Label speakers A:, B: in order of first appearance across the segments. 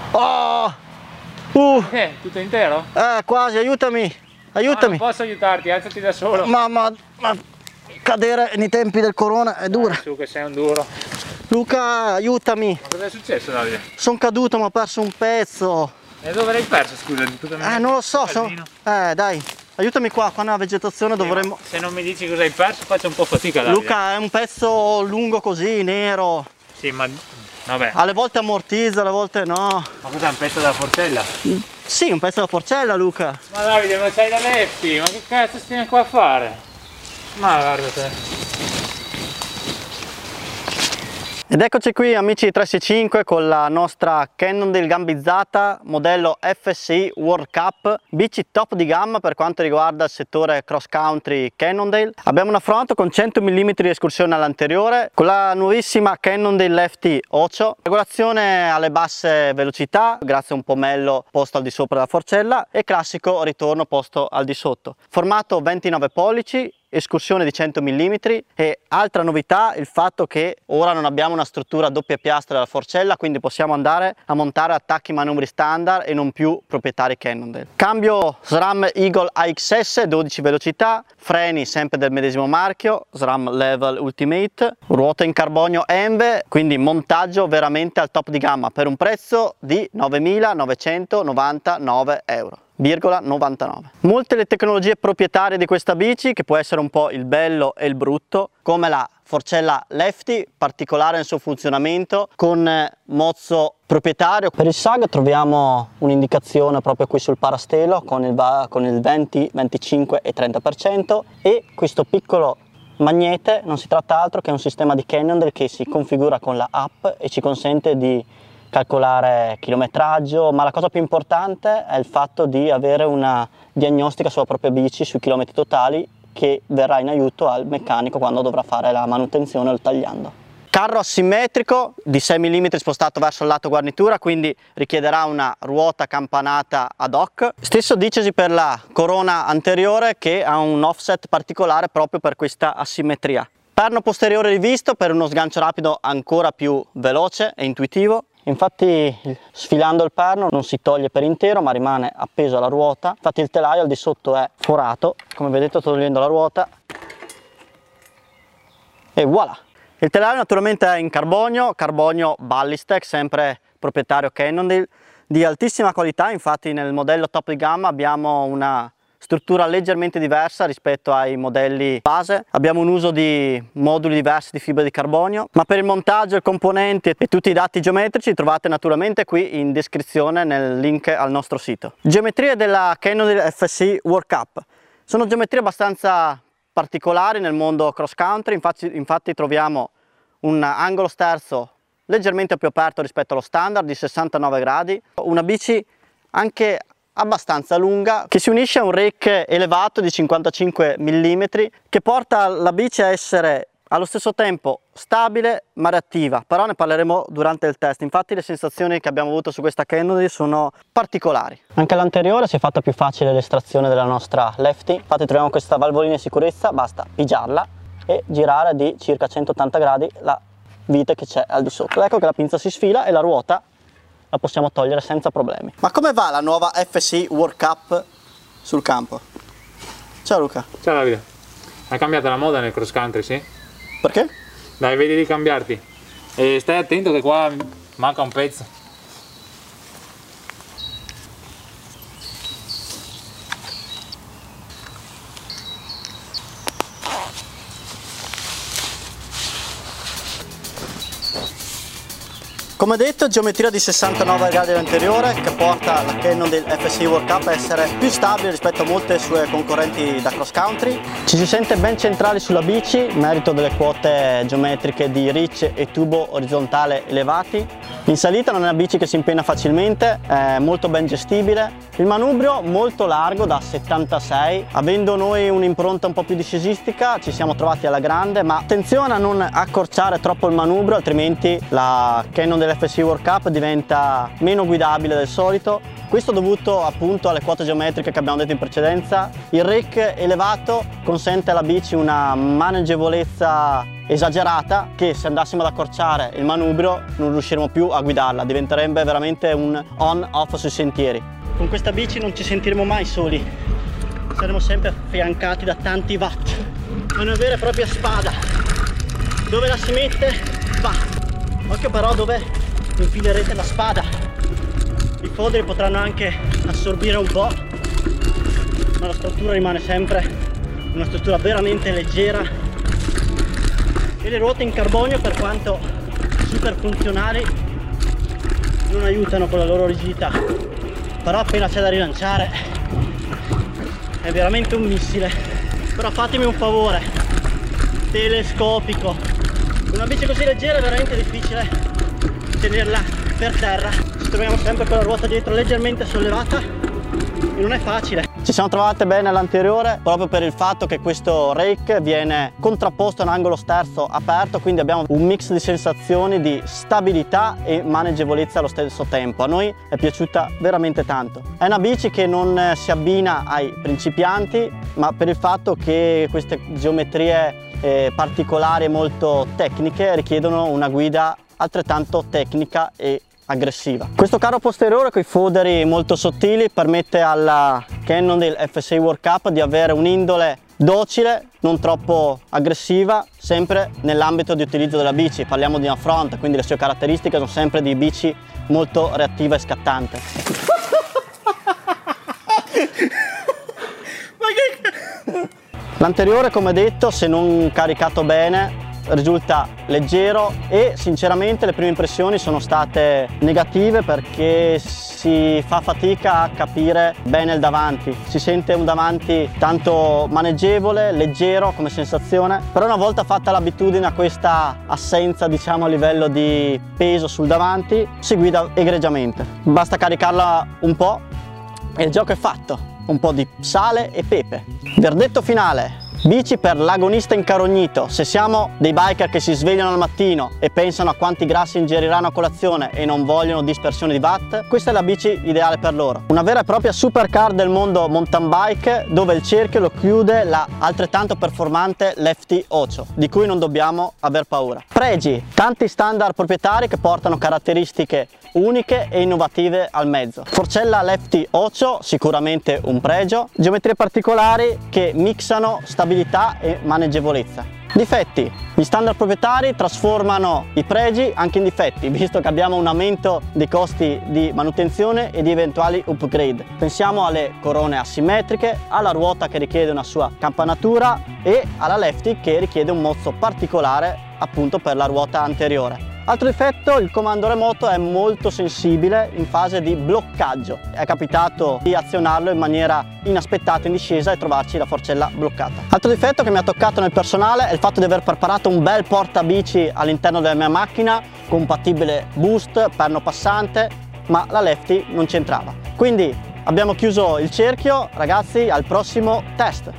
A: Oh!
B: Tutto intero?
A: Quasi, aiutami! Aiutami!
B: Non posso aiutarti, alzati da solo.
A: Ma cadere nei tempi del corona è dura.
B: Su che sei un duro.
A: Luca, aiutami!
B: Ma cosa è successo, Davide?
A: Sono caduto, ma ho perso un pezzo.
B: E dove l'hai perso, scusa?
A: Non lo so, dai, aiutami qua nella vegetazione dovremmo...
B: Se non mi dici cosa hai perso faccio un po' fatica, Davide.
A: Luca, è un pezzo lungo così, nero.
B: Sì, ma vabbè.
A: Alle volte ammortizza, alle volte no.
B: Ma cos'è, un pezzo della forcella?
A: Sì, un pezzo della forcella, Luca.
B: Ma Davide, ma c'hai da lefty, ma che cazzo stiamo qua a fare? Ma guarda te.
A: Ed eccoci qui amici di 365 con la nostra Cannondale gambizzata modello FSI World Cup, bici top di gamma per quanto riguarda il settore cross country Cannondale. Abbiamo un affronto con 100 mm di escursione all'anteriore, con la nuovissima Cannondale Lefty Ocho, regolazione alle basse velocità grazie a un pomello posto al di sopra della forcella e classico ritorno posto al di sotto. Formato 29 pollici, escursione di 100 mm e altra novità il fatto che ora non abbiamo una struttura a doppia piastra della forcella, quindi possiamo andare a montare attacchi manubri standard e non più proprietari Cannondale. Cambio SRAM Eagle AXS 12 velocità, freni sempre del medesimo marchio SRAM Level Ultimate, ruote in carbonio ENVE, quindi montaggio veramente al top di gamma per un prezzo di 9.999 euro. 99. Molte le tecnologie proprietarie di questa bici, che può essere un po' il bello e il brutto, come la forcella Lefty, particolare nel suo funzionamento, con mozzo proprietario. Per il SAG troviamo un'indicazione proprio qui sul parastelo con il 20, 25 e 30% e questo piccolo magnete non si tratta altro che un sistema di Cannondale che si configura con la app e ci consente di calcolare chilometraggio, ma la cosa più importante è il fatto di avere una diagnostica sulla propria bici sui chilometri totali che verrà in aiuto al meccanico quando dovrà fare la manutenzione o il tagliando. Carro asimmetrico di 6 mm spostato verso il lato guarnitura, quindi richiederà una ruota campanata ad hoc. Stesso dicesi per la corona anteriore che ha un offset particolare proprio per questa asimmetria. Perno posteriore rivisto per uno sgancio rapido ancora più veloce e intuitivo. Infatti sfilando il perno non si toglie per intero ma rimane appeso alla ruota, infatti il telaio al di sotto è forato, come vedete togliendo la ruota e voilà! Il telaio naturalmente è in carbonio Ballistec, sempre proprietario Cannondale, di altissima qualità. Infatti nel modello top di gamma abbiamo una struttura leggermente diversa rispetto ai modelli base, abbiamo un uso di moduli diversi di fibra di carbonio, ma per il montaggio, i componenti e tutti i dati geometrici trovate naturalmente qui in descrizione nel link al nostro sito. Geometrie della Cannondale FSI World Cup sono geometrie abbastanza particolari nel mondo cross country, infatti troviamo un angolo sterzo leggermente più aperto rispetto allo standard di 69 gradi, una bici anche abbastanza lunga che si unisce a un rake elevato di 55 mm che porta la bici a essere allo stesso tempo stabile ma reattiva, però ne parleremo durante il test. Infatti le sensazioni che abbiamo avuto su questa Cannondale sono particolari. Anche all'anteriore si è fatta più facile l'estrazione della nostra Lefty, infatti troviamo questa valvolina di sicurezza, basta pigiarla e girare di circa 180 gradi la vite che c'è al di sotto. Ecco che la pinza si sfila e la ruota la possiamo togliere senza problemi. Ma come va la nuova FSI World Cup sul campo? Ciao Luca.
B: Ciao Davide. Hai cambiato la moda nel cross country, sì?
A: Perché?
B: Dai, vedi di cambiarti. E stai attento che qua manca un pezzo.
A: Come detto, geometria di 69 gradi all'anteriore che porta la Cannondale FSI World Cup a essere più stabile rispetto a molte sue concorrenti da cross country. Ci si sente ben centrali sulla bici, merito delle quote geometriche di reach e tubo orizzontale elevati. In salita non è una bici che si impenna facilmente, è molto ben gestibile. Il manubrio molto largo da 76, avendo noi un'impronta un po' più discesistica ci siamo trovati alla grande, ma attenzione a non accorciare troppo il manubrio, altrimenti la Cannondale FSI World Cup diventa meno guidabile del solito. Questo dovuto appunto alle quote geometriche che abbiamo detto in precedenza. Il rake elevato consente alla bici una maneggevolezza esagerata che se andassimo ad accorciare il manubrio non riusciremo più a guidarla, diventerebbe veramente un on-off sui sentieri. Con questa bici non ci sentiremo mai soli, saremo sempre affiancati da tanti watt. È una vera e propria spada, dove la si mette va. Occhio però dove infilerete la spada, i foderi potranno anche assorbire un po', ma la struttura rimane sempre una struttura veramente leggera, e le ruote in carbonio, per quanto super funzionali, non aiutano con la loro rigidità, però appena c'è da rilanciare è veramente un missile. Però fatemi un favore, telescopico, una bici così leggera è veramente difficile tenerla per terra, ci troviamo sempre con la ruota dietro leggermente sollevata e non è facile. Ci siamo trovate bene all'anteriore proprio per il fatto che questo rake viene contrapposto a un angolo sterzo aperto, quindi abbiamo un mix di sensazioni di stabilità e maneggevolezza allo stesso tempo. A noi è piaciuta veramente tanto. È una bici che non si abbina ai principianti, ma per il fatto che queste geometrie particolari e molto tecniche richiedono una guida altrettanto tecnica e aggressiva. Questo caro posteriore con i foderi molto sottili permette alla Cannondale FSI World Cup di avere un'indole docile, non troppo aggressiva, sempre nell'ambito di utilizzo della bici. Parliamo di una front, quindi le sue caratteristiche sono sempre di bici molto reattiva e scattante. L'anteriore, come detto, se non caricato bene, risulta leggero e sinceramente le prime impressioni sono state negative, perché si fa fatica a capire bene il davanti. Si sente un davanti tanto maneggevole, leggero come sensazione, però una volta fatta l'abitudine a questa assenza, diciamo, a livello di peso sul davanti, si guida egregiamente. Basta caricarla un po' e il gioco è fatto. Un po' di sale e pepe. Verdetto finale: bici per l'agonista incarognito. Se siamo dei biker che si svegliano al mattino e pensano a quanti grassi ingeriranno a colazione e non vogliono dispersione di watt, questa è la bici ideale per loro. Una vera e propria supercar del mondo mountain bike, dove il cerchio lo chiude la altrettanto performante Lefty 8, di cui non dobbiamo aver paura. Pregi: tanti standard proprietari che portano caratteristiche uniche e innovative al mezzo. Forcella Lefty 8, sicuramente un pregio. Geometrie particolari che mixano stabilità e maneggevolezza. Difetti: gli standard proprietari trasformano i pregi anche in difetti, visto che abbiamo un aumento dei costi di manutenzione e di eventuali upgrade. Pensiamo alle corone asimmetriche, alla ruota che richiede una sua campanatura e alla Lefty che richiede un mozzo particolare appunto per la ruota anteriore. Altro difetto: il comando remoto è molto sensibile in fase di bloccaggio. È capitato di azionarlo in maniera inaspettata in discesa e trovarci la forcella bloccata. Altro difetto che mi ha toccato nel personale è il fatto di aver preparato un bel portabici all'interno della mia macchina, compatibile boost, perno passante, ma la Lefty non c'entrava. Quindi abbiamo chiuso il cerchio, ragazzi, al prossimo test.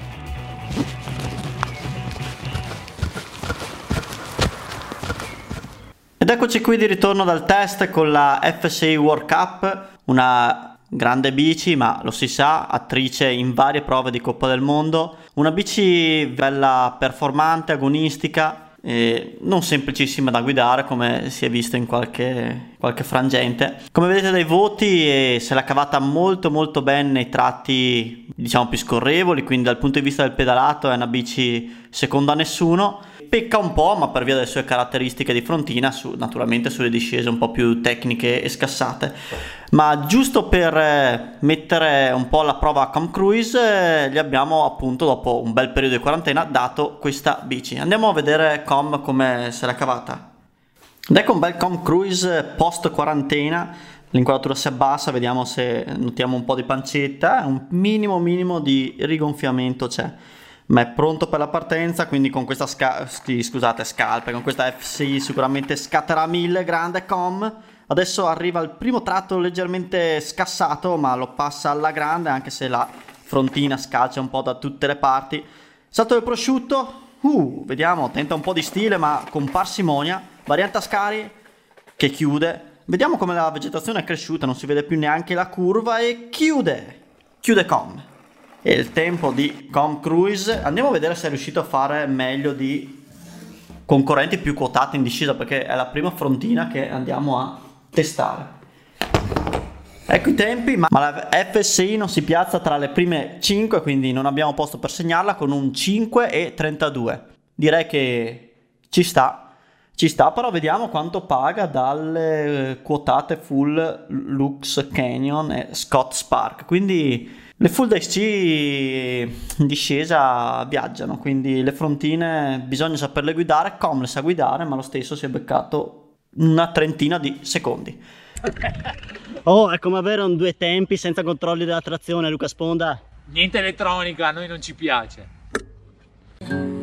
A: Ed eccoci qui di ritorno dal test con la FSI World Cup, una grande bici, ma lo si sa, attrice in varie prove di Coppa del Mondo, una bici bella performante, agonistica, non semplicissima da guidare come si è visto in qualche frangente. Come vedete dai voti se l'ha cavata molto bene nei tratti, diciamo, più scorrevoli, quindi dal punto di vista del pedalato è una bici seconda a nessuno. Pecca un po', ma per via delle sue caratteristiche di frontina, naturalmente sulle discese un po' più tecniche e scassate. Ma giusto per mettere un po' alla prova Com Cruise, gli abbiamo appunto, dopo un bel periodo di quarantena, dato questa bici. Andiamo a vedere Com come se l'è cavata. Ed ecco un bel Com Cruise post quarantena. L'inquadratura si abbassa, vediamo se notiamo un po' di pancetta, un minimo di rigonfiamento c'è. Ma è pronto per la partenza, quindi con questa scalpe, con questa FSI sicuramente scatterà 1000, grande Com. Adesso arriva il primo tratto leggermente scassato, ma lo passa alla grande, anche se la frontina scalcia un po' da tutte le parti. Salto del prosciutto, vediamo, tenta un po' di stile ma con parsimonia. Variante Ascari che chiude, vediamo come la vegetazione è cresciuta, non si vede più neanche la curva e chiude Com. E il tempo di Com Cruise, andiamo a vedere se è riuscito a fare meglio di concorrenti più quotate in discesa, perché è la prima frontina che andiamo a testare. Ecco i tempi, ma la FSI non si piazza tra le prime 5, quindi non abbiamo posto per segnarla, con un 5,32. Direi che ci sta, però vediamo quanto paga dalle quotate full Lux Canyon e Scott Spark. Quindi le full XC in discesa viaggiano, quindi le frontine bisogna saperle guidare. Com le sa guidare, ma lo stesso si è beccato una trentina di secondi. Oh, è come avere un due tempi senza controlli della trazione, Luca Sponda.
B: Niente elettronica, a noi non ci piace.